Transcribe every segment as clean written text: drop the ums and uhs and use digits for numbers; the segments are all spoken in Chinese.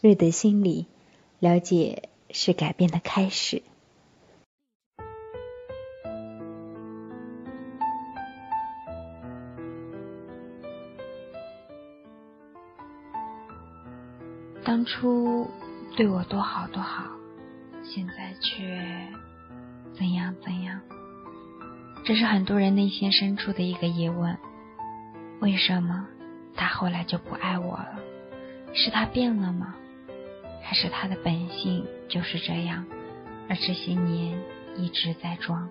瑞德心理，了解是改变的开始。当初对我多好多好，现在却怎样怎样，这是很多人内心深处的一个疑问。为什么他后来就不爱我了？是他变了吗？还是他的本性就是这样，而这些年一直在装？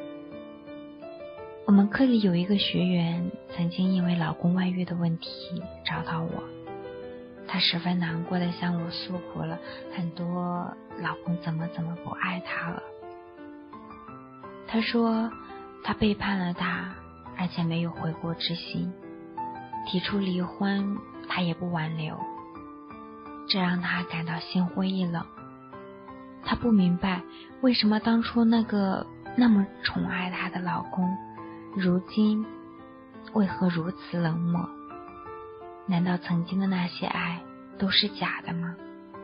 我们课里有一个学员曾经因为老公外遇的问题找到我，她十分难过地向我诉苦了很多老公怎么不爱她了。她说她背叛了他，而且没有悔过之心，提出离婚他也不挽留，这让她感到心灰意冷。她不明白为什么当初那个那么宠爱她的老公，如今为何如此冷漠？难道曾经的那些爱都是假的吗？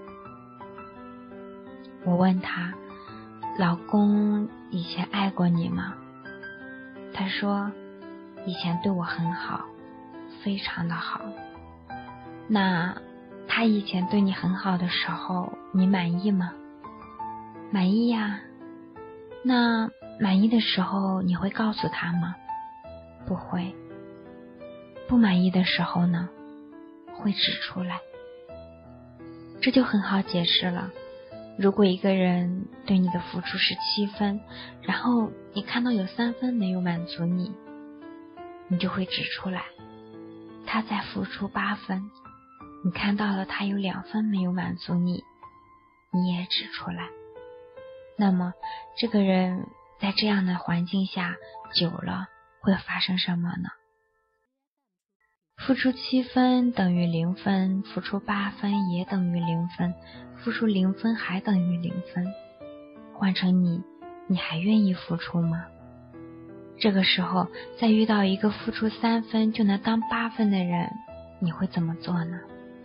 我问她，老公以前爱过你吗？她说以前对我很好，非常的好。那他以前对你很好的时候，你满意吗？满意呀。那满意的时候你会告诉他吗？不会。不满意的时候呢？会指出来。这就很好解释了。如果一个人对你的付出是7分，然后你看到有3分没有满足你，你就会指出来。他在付出8分，你看到了他有2分没有满足你，你也指出来。那么这个人在这样的环境下久了会发生什么呢？付出7分等于0分，付出8分也等于0分，付出0分还等于0分。换成你还愿意付出吗？这个时候再遇到一个付出3分就能当8分的人，你会怎么做呢？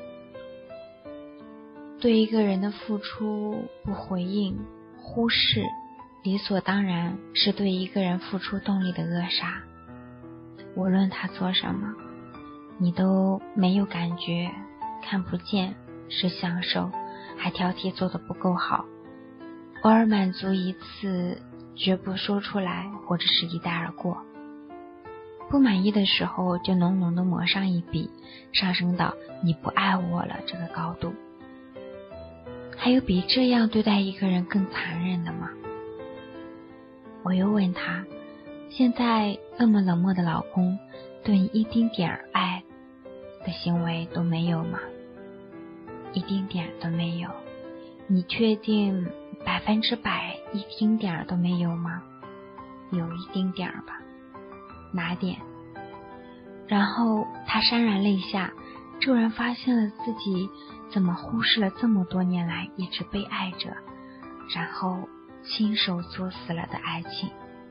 对一个人的付出不回应、忽视，理所当然是对一个人付出动力的扼杀。无论他做什么，你都没有感觉，看不见，是享受，还挑剔做得不够好，偶尔满足一次，绝不说出来，或者是一带而过。不满意的时候就浓浓的抹上一笔，上升到你不爱我了这个高度。还有比这样对待一个人更残忍的吗？我又问他，现在那么冷漠的老公对你一丁点爱的行为都没有吗？一丁点都没有。你确定100%一丁点都没有吗？有一丁点吧。哪点？然后他潸然泪下，骤然发现了自己怎么忽视了这么多年来一直被爱着，然后亲手作死了的爱情。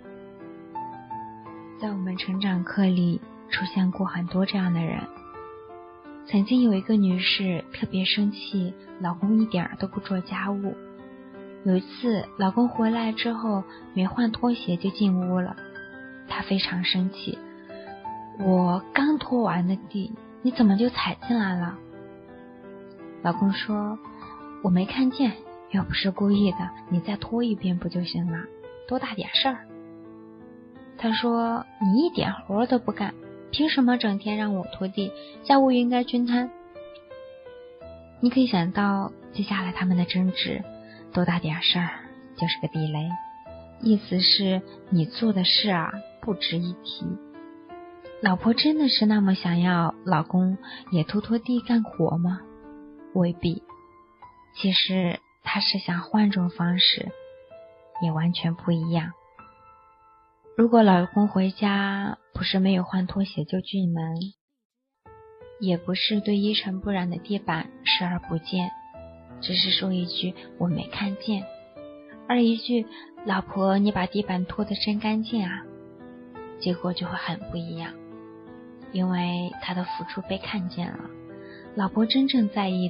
在我们成长课里出现过很多这样的人。曾经有一个女士特别生气，老公一点都不做家务。有一次老公回来之后没换拖鞋就进屋了，她非常生气，我刚拖完的地，你怎么就踩进来了？老公说，我没看见，又不是故意的，你再拖一遍不就行了，多大点事儿。她说，你一点活都不干，凭什么整天让我拖地，家务应该均摊。你可以想到接下来他们的争执，多大点事儿就是个地雷，意思是你做的事不值一提。老婆真的是那么想要老公也拖拖地干活吗？未必。其实她是想换种方式，也完全不一样。如果老公回家不是没有换拖鞋就进门，也不是对一尘不染的地板视而不见，只是说一句我没看见，而一句老婆你把地板拖得真干净啊，结果就会很不一样。因为他的付出被看见了，老婆真正在意的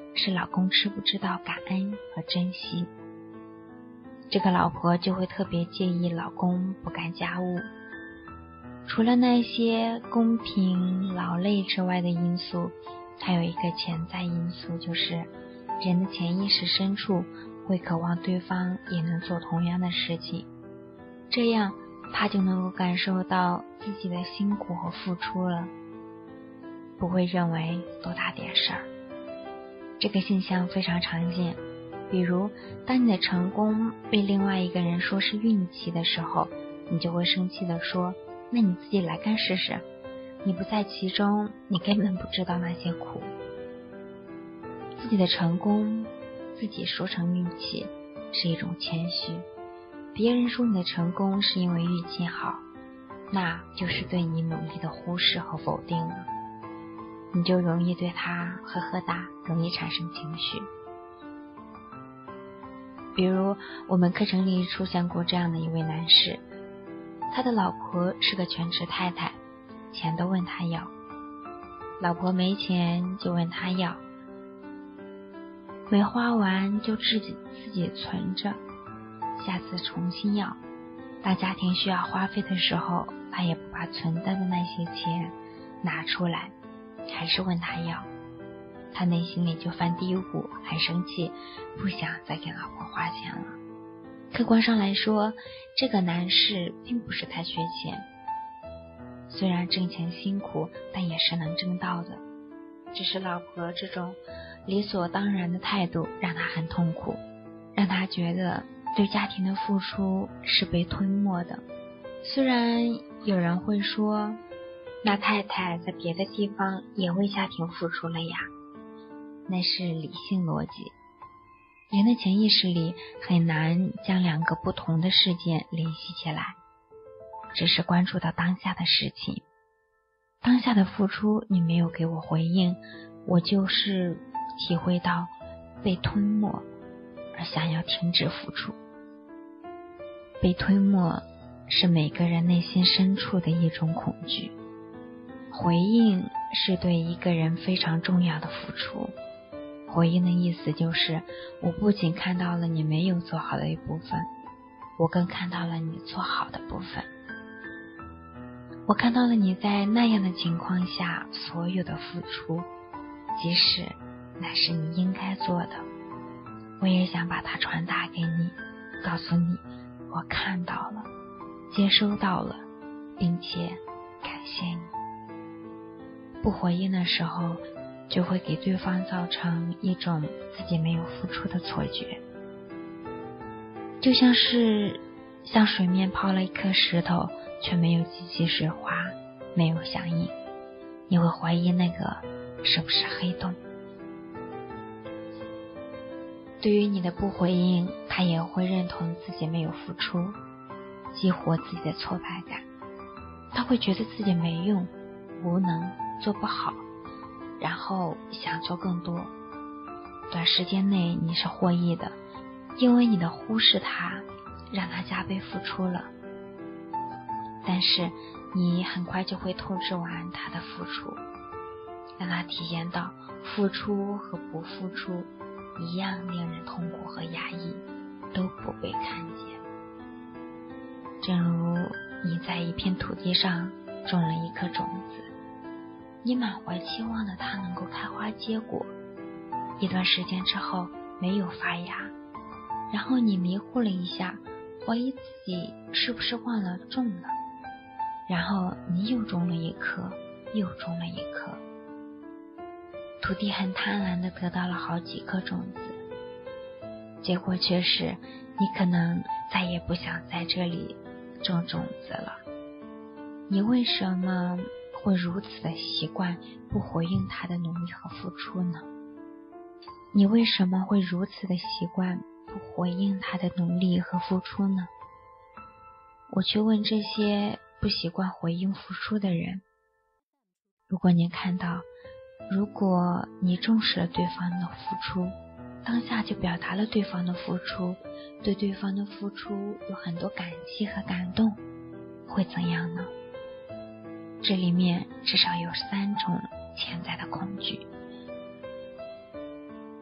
是老公知不知道感恩和珍惜。这个老婆就会特别介意老公不干家务。除了那些公平劳累之外的因素，还有一个潜在因素，就是人的潜意识深处会渴望对方也能做同样的事情，这样他就能够感受到自己的辛苦和付出了，不会认为多大点事儿。这个现象非常常见，比如当你的成功被另外一个人说是运气的时候，你就会生气地说，那你自己来干试试，你不在其中，你根本不知道那些苦。自己的成功自己说成运气是一种谦虚，别人说你的成功是因为运气好，那就是对你努力的忽视和否定了，你就容易对他呵呵哒，容易产生情绪。比如我们课程里出现过这样的一位男士，他的老婆是个全职太太，钱都问他要，老婆没钱就问他要，没花完就自己存着，下次重新要，当家庭需要花费的时候，他也不把存的那些钱拿出来，还是问他要，他内心里就犯嘀咕，还生气，不想再给老婆花钱了。客观上来说，这个男士并不是太缺钱，虽然挣钱辛苦，但也是能挣到的，只是老婆这种理所当然的态度让他很痛苦，让他觉得对家庭的付出是被吞没的。虽然有人会说，那太太在别的地方也为家庭付出了呀，那是理性逻辑。人的潜意识里很难将两个不同的事件联系起来，只是关注到当下的事情。当下的付出你没有给我回应，我就是体会到被吞没而想要停止付出。被吞没是每个人内心深处的一种恐惧，回应是对一个人非常重要的付出。回应的意思就是，我不仅看到了你没有做好的一部分，我更看到了你做好的部分。我看到了你在那样的情况下所有的付出，即使那是你应该做的，我也想把它传达给你，告诉你我看到了，接收到了，并且感谢你。不回应的时候，就会给对方造成一种自己没有付出的错觉，就像是向水面抛了一颗石头，却没有激起水花，没有响应，你会怀疑那个是不是黑洞。对于你的不回应，他也会认同自己没有付出，激活自己的挫败感，他会觉得自己没用、无能、做不好，然后想做更多。短时间内你是获益的，因为你的忽视他，让他加倍付出了，但是你很快就会透支完他的付出，让他体验到付出和不付出一样令人痛苦和压抑，都不被看见。正如你在一片土地上种了一颗种子，你满怀期望的它能够开花结果，一段时间之后没有发芽，然后你迷糊了一下，怀疑自己是不是忘了种了，然后你又种了一颗，又种了一颗，土地很贪婪地得到了好几颗种子，结果却是你可能再也不想在这里种种子了。你为什么会如此的习惯不回应他的努力和付出呢？你为什么会如此的习惯不回应他的努力和付出呢？我去问这些不习惯回应付出的人，如果你看到，如果你重视了对方的付出，当下就表达了对方的付出，对对方的付出有很多感激和感动，会怎样呢？这里面至少有3种潜在的恐惧。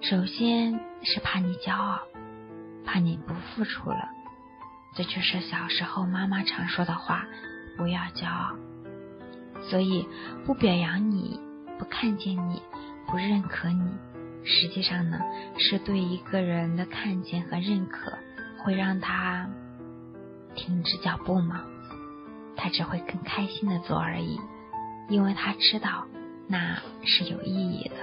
首先是怕你骄傲，怕你不付出了，这就是小时候妈妈常说的话，不要骄傲。所以不表扬你，不看见你，不认可你，实际上呢，是对一个人的看见和认可会让他停止脚步吗？他只会更开心的做而已，因为他知道那是有意义的。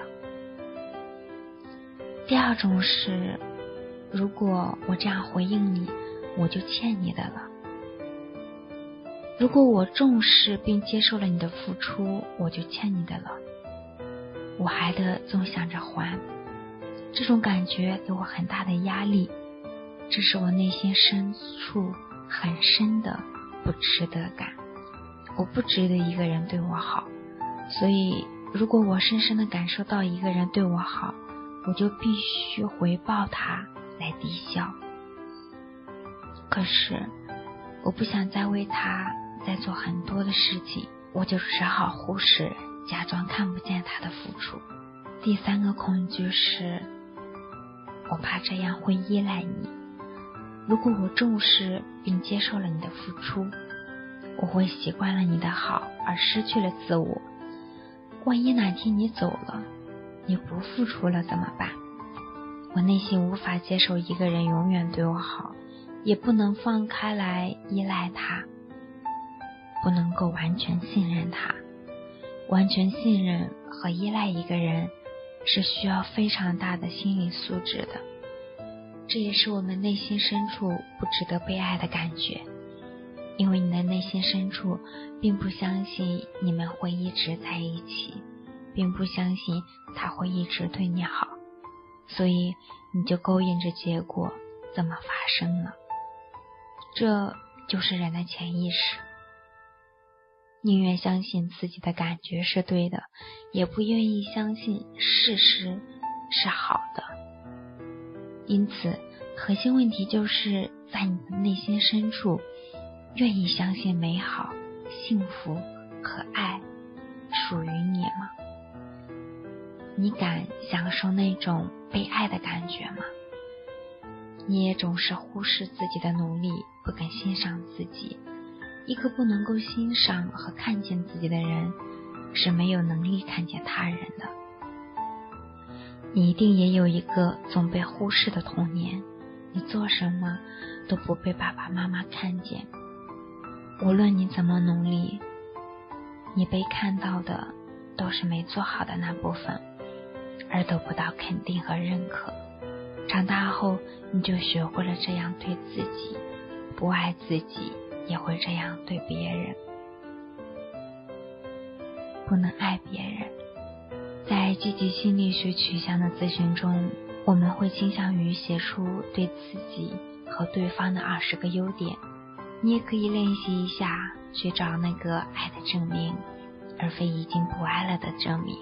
第二种是，如果我这样回应你，我就欠你的了。如果我重视并接受了你的付出，我就欠你的了。我还得总想着还，这种感觉给我很大的压力，这是我内心深处很深的不值得感。我不值得一个人对我好，所以如果我深深地感受到一个人对我好，我就必须回报他来抵消。可是我不想再为他再做很多的事情，我就只好忽视，假装看不见他的付出。第三个恐惧是，我怕这样会依赖你。如果我重视并接受了你的付出，我会习惯了你的好而失去了自我。万一哪天你走了，你不付出了怎么办？我内心无法接受一个人永远对我好，也不能放开来依赖他，不能够完全信任他。完全信任和依赖一个人是需要非常大的心理素质的，这也是我们内心深处不值得被爱的感觉。因为你的内心深处并不相信你们会一直在一起，并不相信他会一直对你好，所以你就勾引着结果这么发生了。这就是人的潜意识，宁愿相信自己的感觉是对的，也不愿意相信事实是好的。因此核心问题就是在你的内心深处愿意相信美好、幸福和爱属于你吗？你敢享受那种被爱的感觉吗？你也总是忽视自己的努力，不肯欣赏自己。一个不能够欣赏和看见自己的人，是没有能力看见他人的。你一定也有一个总被忽视的童年，你做什么都不被爸爸妈妈看见。无论你怎么努力，你被看到的都是没做好的那部分，而得不到肯定和认可。长大后你就学会了这样对自己，不爱自己也会这样对别人。不能爱别人。在积极心理学取向的咨询中，我们会倾向于写出对自己和对方的20个优点。你也可以练习一下，去找那个爱的证明，而非已经不爱了的证明。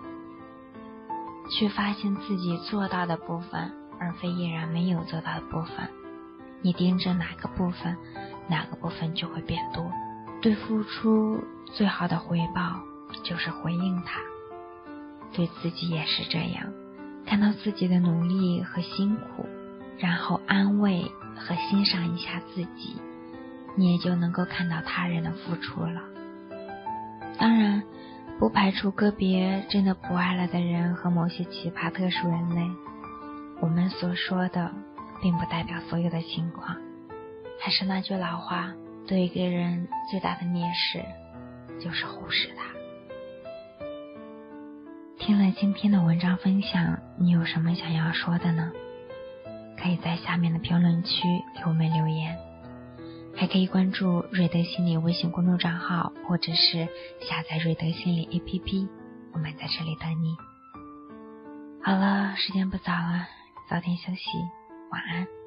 去发现自己做到的部分，而非依然没有做到的部分。你盯着哪个部分，哪个部分就会变多。对付出最好的回报就是回应它。对自己也是这样，看到自己的努力和辛苦，然后安慰和欣赏一下自己，你也就能够看到他人的付出了。当然不排除个别真的不爱了的人和某些奇葩特殊人类，我们所说的并不代表所有的情况。还是那句老话，对一个人最大的蔑视就是忽视他。听了今天的文章分享，你有什么想要说的呢？可以在下面的评论区给我们留言，还可以关注瑞德心理微信公众账号，或者是下载瑞德心理 APP， 我们在这里等你。好了，时间不早了，早点休息，晚安。